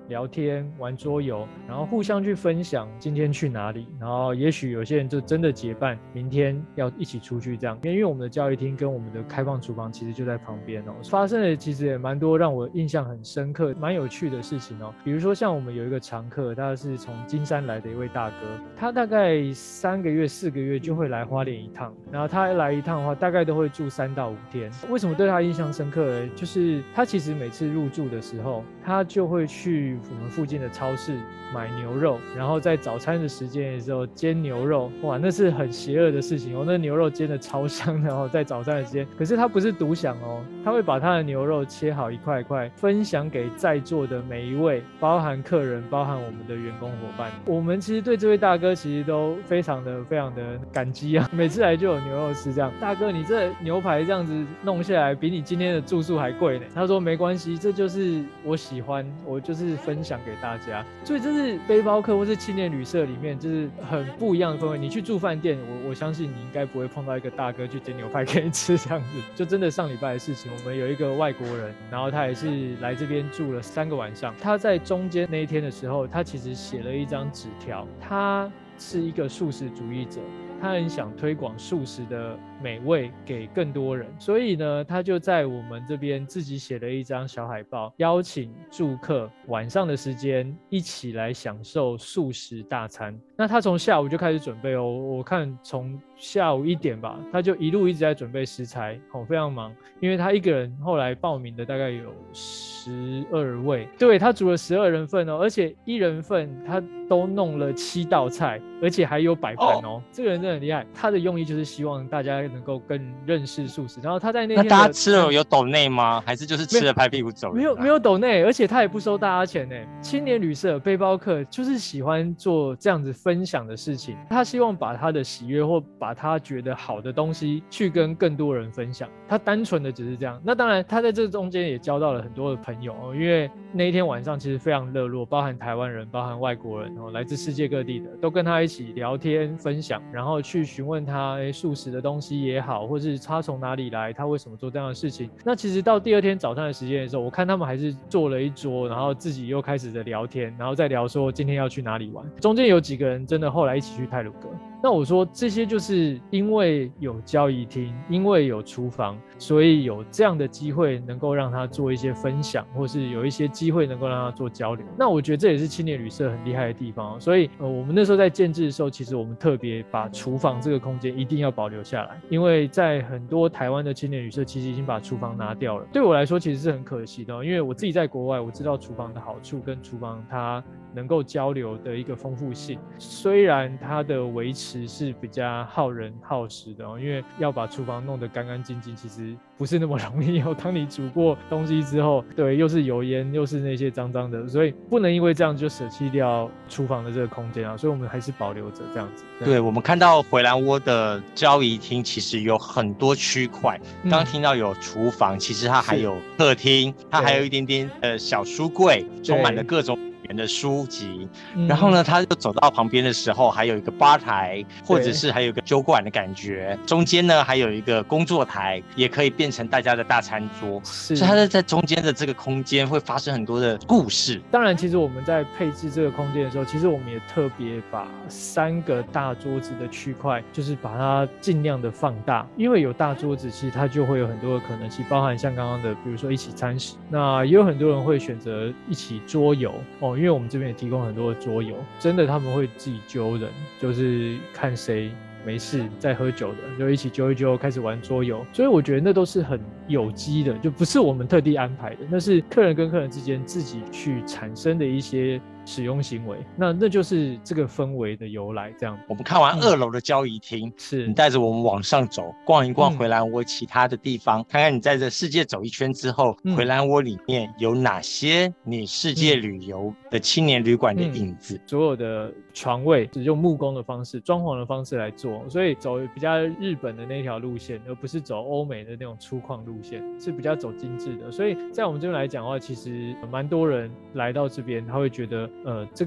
聊天、玩桌游，然后互相去分享今天去哪里，然后也许有些人就真的结伴，明天要一起出去这样。因为我们的教育厅跟我们的开放厨房其实就在旁边哦，发生的其实也蛮多让我印象很深刻、蛮有趣的事情哦。比如说像我们有一个常客，他是从金山来的一位大哥，他大概3个月、4个月就会来花莲一趟，然后他来一趟的话，大概都会住3到5天。为什么对他印象深刻呢？就是他其实每次入住的时候，他就会去我们附近的超市买牛肉，然后在早餐的时间的时候煎牛肉，哇，那是很邪恶的事情哦，那牛肉煎的超香的哦，在早餐的时间。可是他不是独享哦，他会把他的牛肉切好一块一块，分享给在座的每一位，包含客人，包含我们的员工伙伴。我们其实对这位大哥其实都非常的感激啊，每次来就有牛肉吃这样。大哥，你这牛排这样子弄下来，比你今天的住宿还贵呢。他说没关系，这就是我喜欢，我就是分享给大家。所以这是背包客或是青年旅社里面就是很不一样的氛围。你去住饭店，我相信你应该不会碰到一个大哥去煎牛排给你吃这样子。就真的上礼拜的事情，我们有一个外国人，然后他也是来这边住了3个晚上。他在中间那一天的时候，他其实写了一张纸条，他是一个素食主义者，他很想推广素食的美味给更多人，所以呢，他就在我们这边自己写了一张小海报，邀请住客晚上的时间一起来享受素食大餐。那他从下午就开始准备哦，我看从下午1点吧，他就一直在准备食材，非常忙，因为他一个人后来报名的大概有12位，对，他煮了12人份哦，而且1人份他都弄了7道菜，而且还有摆盘哦，这个人真的很厉害。他的用意就是希望大家能够更认识素食，然后他在那天大家吃了有抖内吗？还是就是吃了拍屁股走？ 没有抖内，而且他也不收大家钱呢。青年旅社背包客就是喜欢做这样子分享的事情，他希望把他的喜悦或把他觉得好的东西去跟更多人分享，他单纯的只是这样。那当然他在这中间也交到了很多的朋友哦，因为那一天晚上其实非常热络，包含台湾人，包含外国人哦，来自世界各地的都跟他一起聊天分享，然后去询问他素食的东西也好，或是他从哪里来，他为什么做这样的事情。那其实到第2天早上的时间的时候，我看他们还是做了一桌，然后自己又开始的聊天，然后再聊说今天要去哪里玩。中间有几个人真的后来一起去太鲁阁。那我说这些就是因为有交易厅，因为有厨房，所以有这样的机会能够让他做一些分享，或是有一些机会能够让他做交流。那我觉得这也是青年旅社很厉害的地方哦。所以我们那时候在建制的时候，其实我们特别把厨房这个空间一定要保留下来，因为在很多台湾的青年旅社其实已经把厨房拿掉了。对我来说其实是很可惜的哦，因为我自己在国外，我知道厨房的好处跟厨房它能够交流的一个丰富性，虽然它的维持是比较耗人耗时的哦，因为要把厨房弄得干干净净其实不是那么容易哦。当你煮过东西之后，对，又是油烟又是那些脏脏的，所以不能因为这样就舍弃掉厨房的这个空间啊，所以我们还是保留着这样子。 对，我们看到回蓝窝的交易厅其实有很多区块，刚听到有厨房，其实它还有客厅，它还有一点点小书柜，充满了各种的书籍，然后呢，他就走到旁边的时候，还有一个吧台，或者是还有一个酒馆的感觉。中间呢，还有一个工作台，也可以变成大家的大餐桌。所以他在中间的这个空间会发生很多的故事。 当然，其实我们在配置这个空间的时候，其实我们也特别把3个大桌子的区块，就是把它尽量的放大，因为有大桌子，其实它就会有很多的可能性，包含像刚刚的，比如说一起餐食，那也有很多人会选择一起桌游哦。因为我们这边也提供很多的桌游，真的他们会自己揪人，就是看谁没事在喝酒的，就一起揪一揪，开始玩桌游。所以我觉得那都是很有机的，就不是我们特地安排的，那是客人跟客人之间自己去产生的一些使用行为，那就是这个氛围的由来。这样， 我们看完2楼的交易厅，是你带着我们往上走，逛一逛回蓝窝其他的地方，看看你在这世界走一圈之后，回蓝窝里面有哪些你世界旅游的青年旅馆的影子。 所有的床位是用木工的方式、装潢的方式来做，所以走比较日本的那条路线，而不是走欧美的那种粗犷路线，是比较走精致的。所以在我们这边来讲的话，其实蛮多人来到这边，他会觉得这个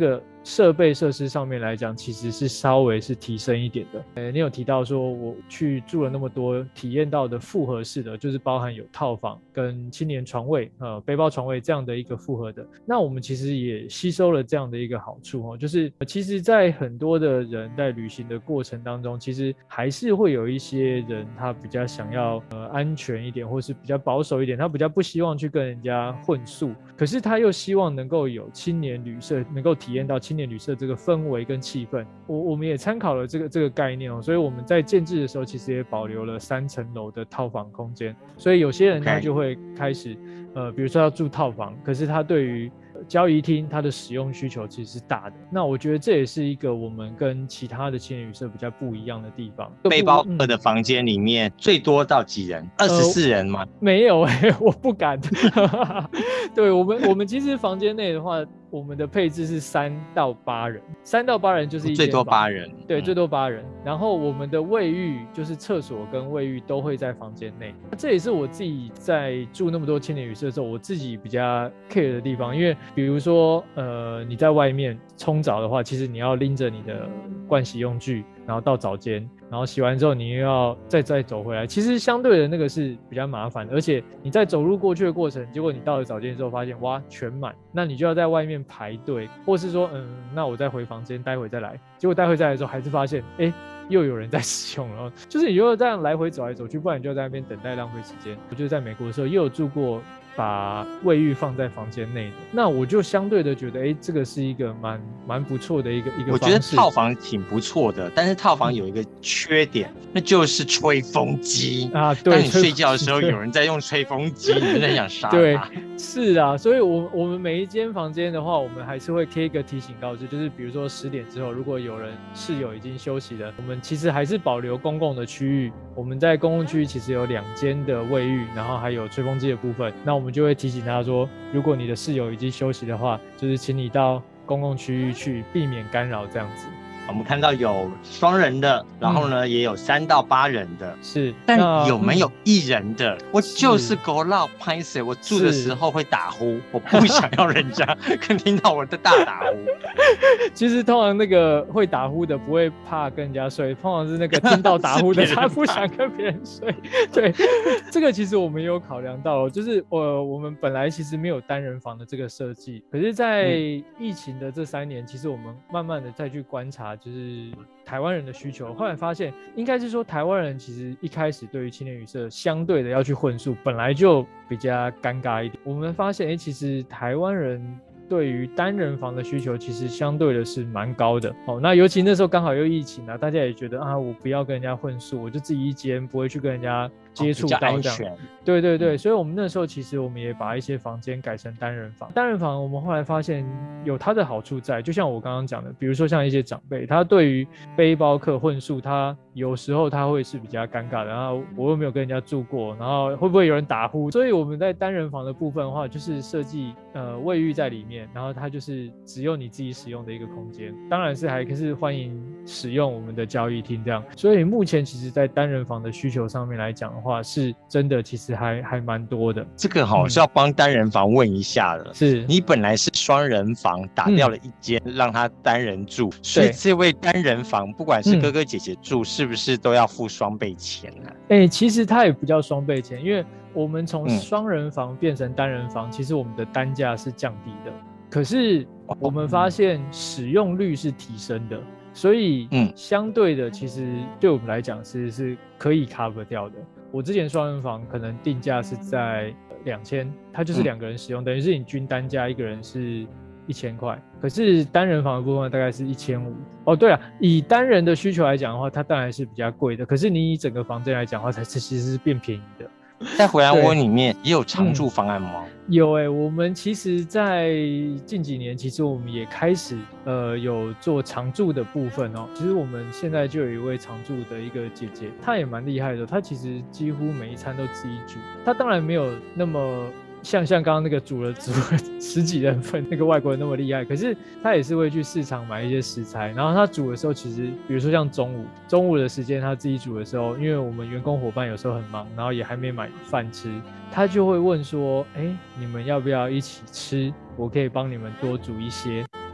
设备设施上面来讲，其实是稍微是提升一点的。你有提到说我去住了那么多，体验到的复合式的，就是包含有套房跟青年床位、背包床位这样的一个复合的。那我们其实也吸收了这样的一个好处就是其实在很多的人在旅行的过程当中，其实还是会有一些人他比较想要安全一点，或是比较保守一点，他比较不希望去跟人家混宿，可是他又希望能够有青年旅社，能够体验到青年旅社这个氛围跟气氛。我们也参考了这个概念所以我们在建制的时候其实也保留了3层楼的套房空间，所以有些人他就会开始比如说要住套房，可是他对于交易厅它的使用需求其实是大的。那我觉得这也是一个我们跟其他的青年旅社比较不一样的地方。 背包客的房间里面最多到几人？24人吗？ 没有我不敢对，我们其实房间内的话，我们的配置是3到8人，3到8人就是一间房， 最多8人， 对，最多8人。然后我们的卫浴就是厕所跟卫浴都会在房间内，这也是我自己在住那么多青年旅社的时候，我自己比较 care 的地方。因为比如说你在外面冲澡的话，其实你要拎着你的盥洗用具，然后到澡间，然后洗完之后你又要再走回来，其实相对的那个是比较麻烦的。而且你在走路过去的过程，结果你到了澡间之后发现哇全满，那你就要在外面排队，或是说那我再回房间待会再来，结果待会再来的时候还是发现又有人在使用了，就是你就这样来回走来走去，不然你就在那边等待浪费时间。我就在美国的时候也有住过把卫浴放在房间内的，那我就相对的觉得这个是一个蛮不错的一个方式。 我觉得套房挺不错的，但是套房有一个缺点，那就是吹风机啊。对，当你睡觉的时候有人在用吹风机，你真的想杀他。 对，是啊，所以我们每一间房间的话，我们还是会贴一个提醒告知，就是比如说10点之后，如果有人室友已经休息了，我们其实还是保留公共的区域。我们在公共区域其实有2间的卫浴，然后还有吹风机的部分，那我们就会提醒他说，如果你的室友已经休息的话，就是请你到公共区域去，避免干扰这样子。 我们看到有双人的，然后呢也有3到8人的， 是， 但有没有1人的？我就是狗闹拍摄，我住的时候会打呼，我不想要人家听到我的大打呼。 其实通常那个会打呼的不会怕跟人家睡，通常是那个听到打呼的他不想跟别人睡。对，这个其实我们也有考量到，就是我们本来其实没有单人房的这个设计，可是在疫情的这3年，其实我们慢慢的再去观察就是台湾人的需求，后来发现应该是说台湾人其实一开始对于青年旅社相对的要去混宿本来就比较尴尬一点。我们发现其实台湾人对于单人房的需求其实相对的是蛮高的那尤其那时候刚好又疫情大家也觉得我不要跟人家混宿，我就自己一间，不会去跟人家接触到这样。对对对，所以我们那时候其实我们也把一些房间改成单人房。单人房我们后来发现有它的好处在，就像我刚刚讲的，比如说像一些长辈，他对于背包客混宿，他有时候他会是比较尴尬的，然后我又没有跟人家住过，然后会不会有人打呼，所以我们在单人房的部分的话，就是设计卫浴在里面，然后它就是只有你自己使用的一个空间，当然是还是欢迎使用我们的交易厅这样。所以目前其实在单人房的需求上面来讲的话，是真的其实还蛮多的。 这个是要帮单人房问一下的，是你本来是双人房，打掉了1间让他单人住，所以这位单人房不管是哥哥姐姐住是不是都要付双倍钱呢？ 其实它也不叫双倍钱，因为我们从双人房变成单人房，其实我们的单价是降低的，可是我们发现使用率是提升的，所以相对的其实对我们来讲是可以 cover 掉的。我之前双人房可能定价是在2000，它就是2个人使用，等于是你均单价1个人是1000块，可是单人房的部分大概是1500。对了，以单人的需求来讲的话，它当然是比较贵的，可是你以整个房间来讲的话，其实是变便宜的。 在回蓝窝里面也有常住方案吗？ 有我们其实在近几年其实我们也开始有做常住的部分其实我们现在就有一位常住的一个姐姐，她也蛮厉害的，她其实几乎每一餐都自己煮，她当然没有那么像刚刚那个煮了10几人份那个外国人那么厉害，可是他也是会去市场买一些食材，然后他煮的时候其实比如说像中午的时间他自己煮的时候，因为我们员工伙伴有时候很忙，然后也还没买饭吃，他就会问说你们要不要一起吃，我可以帮你们多煮一些，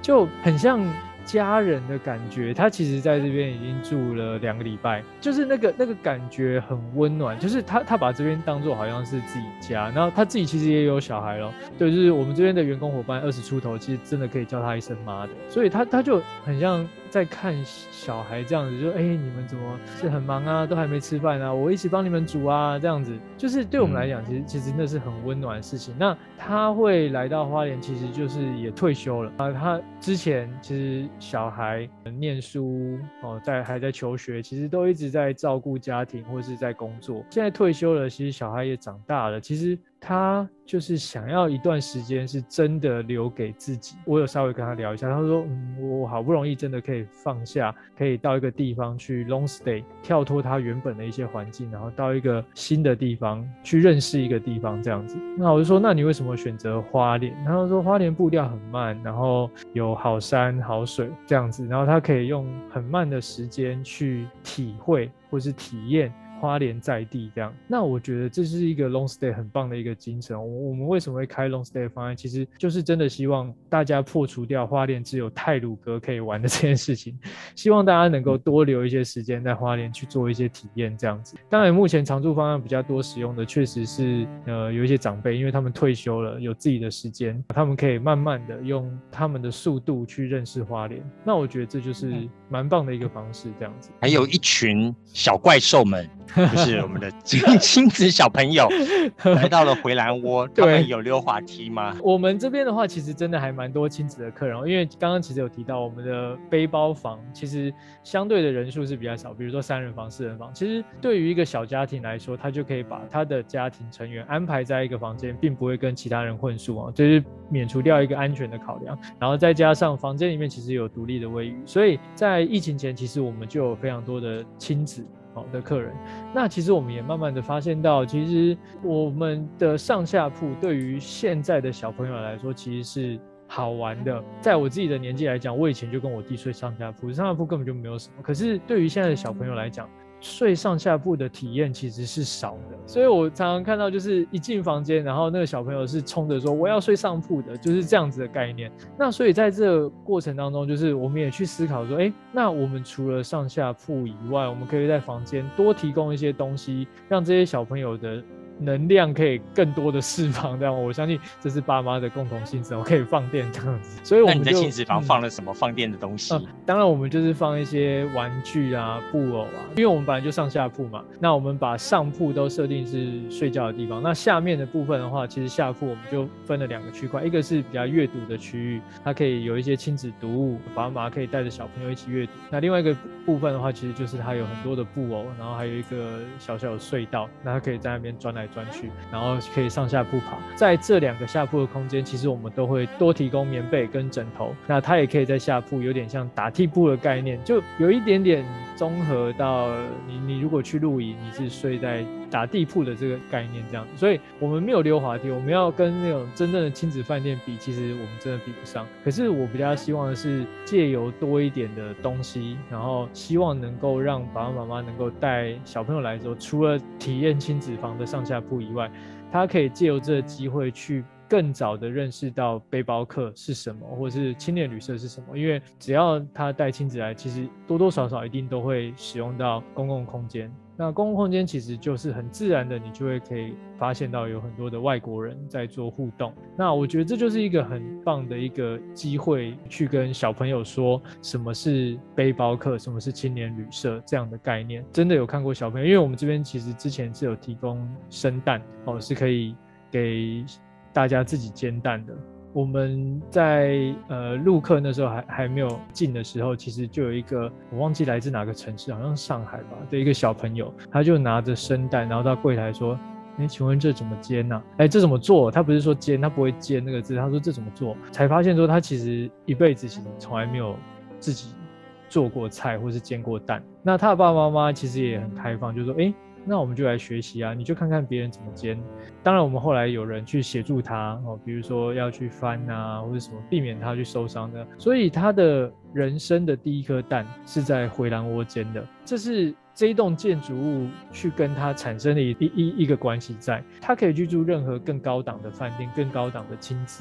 就很像家人的感觉。他其实在这边已经住了2个礼拜，就是那个感觉很温暖，就是他把这边当作好像是自己家，然后他自己其实也有小孩咯，对，就是我们这边的员工伙伴20出头，其实真的可以叫他一声妈的，所以他就很像在看小孩这样子，就你们怎么是很忙啊，都还没吃饭啊，我一起帮你们煮啊，这样子，就是对我们来讲，其实那是很温暖的事情。那他会来到花莲，其实就是也退休了啊。他之前其实小孩念书还在求学，其实都一直在照顾家庭或是在工作。现在退休了，其实小孩也长大了，其实他就是想要一段时间是真的留给自己。我有稍微跟他聊一下，他说我好不容易真的可以放下，可以到一个地方去 long stay， 跳脱他原本的一些环境，然后到一个新的地方去认识一个地方这样子。那我就说，那你为什么选择花莲？然后说花莲步调很慢，然后有好山好水这样子，然后他可以用很慢的时间去体会或是体验花莲在地这样。那我觉得这是一个 long stay 很棒的一个精神。我们为什么会开 long stay 的方案，其实就是真的希望大家破除掉花莲只有太鲁阁可以玩的这件事情，希望大家能够多留一些时间在花莲去做一些体验这样子。当然目前常住方案比较多使用的确实是有一些长辈，因为他们退休了，有自己的时间，他们可以慢慢的用他们的速度去认识花莲。那我觉得这就是蛮棒的一个方式这样子。 还有一群小怪兽们，就是我们的亲子小朋友来到了回蓝窝，他们有溜滑梯吗？ 我们这边的话，其实真的还蛮多亲子的客人，因为刚刚其实有提到我们的背包房，其实相对的人数是比较少，比如说3人房、4人房，其实对于一个小家庭来说，他就可以把他的家庭成员安排在一个房间，并不会跟其他人混宿就是免除掉一个安全的考量，然后再加上房间里面其实有独立的卫浴，所以在疫情前，其实我们就有非常多的亲子的客人。那其实我们也慢慢的发现到，其实我们的上下铺对于现在的小朋友来说其实是好玩的。在我自己的年纪来讲，我以前就跟我弟睡上下铺，上下铺根本就没有什么，可是对于现在的小朋友来讲，睡上下铺的体验其实是少的。所以我常常看到就是一进房间，然后那个小朋友是冲着说我要睡上铺的，就是这样子的概念。那所以在这个过程当中，就是我们也去思考说，那我们除了上下铺以外，我们可以在房间多提供一些东西，让这些小朋友的能量可以更多的释放，这样我相信这是爸妈的共同心声，我可以放电这样子。所以我们就那你在亲子房放了什么放电的东西？ 当然我们就是放一些玩具啊、布偶啊，因为我们本来就上下铺嘛，那我们把上铺都设定是睡觉的地方，那下面的部分的话，其实下铺我们就分了2个区块，一个是比较阅读的区域，它可以有一些亲子读物，爸妈可以带着小朋友一起阅读。那另外一个部分的话，其实就是它有很多的布偶，然后还有一个小小的隧道，那它可以在那边钻来钻去，然后可以上下铺爬。在这2个下铺的空间，其实我们都会多提供棉被跟枕头，那它也可以在下铺有点像打地铺的概念，就有一点点综合到你如果去露营，你是睡在打地铺的这个概念这样子。所以我们没有溜滑梯，我们要跟那种真正的亲子饭店比，其实我们真的比不上。可是我比较希望的是借由多一点的东西，然后希望能够让爸爸妈妈能够带小朋友来的时候，除了体验亲子房的上下铺以外，他可以借由这个机会去更早的认识到背包客是什么，或是青年旅社是什么。因为只要他带亲子来，其实多多少少一定都会使用到公共空间。那公共空间其实就是很自然的，你就会可以发现到有很多的外国人在做互动。那我觉得这就是一个很棒的一个机会，去跟小朋友说什么是背包客，什么是青年旅社这样的概念。真的有看过小朋友，因为我们这边其实之前是有提供生蛋是可以给大家自己煎蛋的。我们在陆客那时候还没有进的时候，其实就有一个我忘记来自哪个城市，好像上海吧的一个小朋友，他就拿着生蛋，然后到柜台说：“请问这怎么煎啊？这怎么做？”他不是说煎，他不会煎那个字，他说这怎么做？才发现说他其实一辈子其实从来没有自己做过菜或是煎过蛋。那他的爸爸妈妈其实也很开放，就说：“那我们就来学习啊，你就看看别人怎么煎。”当然我们后来有人去协助他比如说要去翻啊或者什么，避免他去受伤的。所以他的人生的第一颗蛋是在回蓝窝煎的，这是这一栋建筑物去跟他产生的一个关系在。他可以去住任何更高档的饭店、更高档的亲子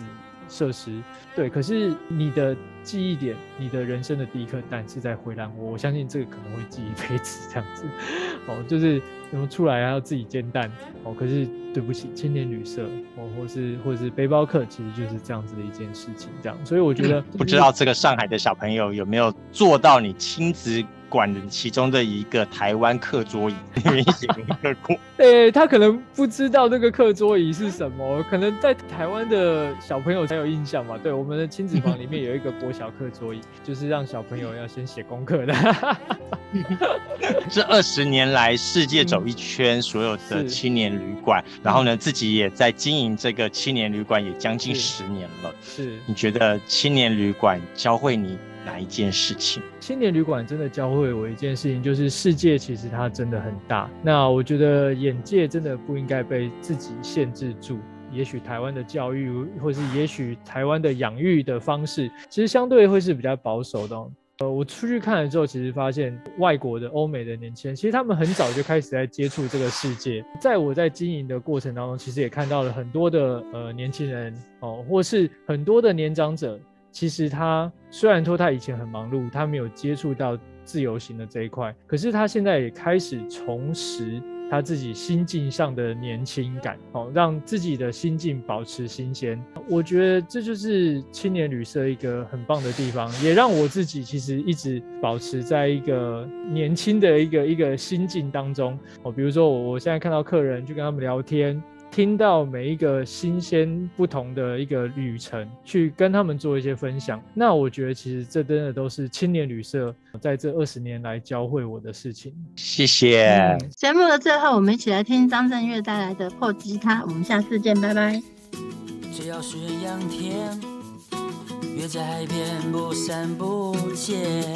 设施，对。可是你的记忆点，你的人生的第一颗蛋是在回蓝窝，我相信这个可能会记一辈子这样子。就是怎么出来还要自己煎蛋，可是对不起，青年旅社或是背包客，其实就是这样子的一件事情，这样。所以我觉得， 不知道这个上海的小朋友有没有做到你亲子馆的其中的一个台湾课桌椅，你们一起喝过？ 对，他可能不知道那个课桌椅是什么，可能在台湾的小朋友才有印象吧。对，我们的亲子房里面有一个国小课桌椅，就是让小朋友要先写功课的。 这20年来世界走一圈，所有的青年旅馆，然后呢，自己也在经营这个青年旅馆也将近10年了。 是， 你觉得青年旅馆教会你哪一件事情？ 青年旅馆真的教会我一件事情，就是世界其实它真的很大。那我觉得眼界真的不应该被自己限制住。也许台湾的教育，或是也许台湾的养育的方式，其实相对会是比较保守的。我出去看了之后，其实发现外国的欧美的年轻人，其实他们很早就开始在接触这个世界。在我在经营的过程当中，其实也看到了很多的年轻人或是很多的年长者，其实他虽然说他以前很忙碌，他没有接触到自由行的这一块，可是他现在也开始重拾他自己心境上的年轻感，让自己的心境保持新鲜。我觉得这就是青年旅社一个很棒的地方，也让我自己其实一直保持在一个年轻的一个心境当中。比如说我现在看到客人去跟他们聊天，听到每一个新鲜不同的一个旅程，去跟他们做一些分享，那我觉得其实这真的都是青年旅社在这20年来教会我的事情。 谢谢。 节目的最后，我们一起来听张震岳带来的破吉他，我们下次见，拜拜。 只要是艳阳天，约在海边不散不见，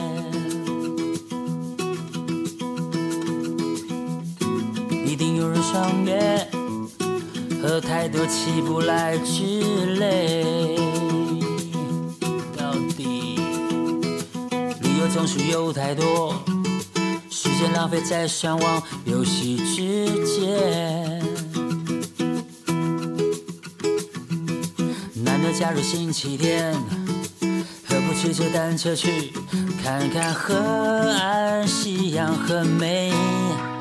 一定有人赏月，喝太多起不来之类。到底理由总是有太多，时间浪费在上网游戏之间。难得假日星期天，何不骑着单车去看看河岸，夕阳很美。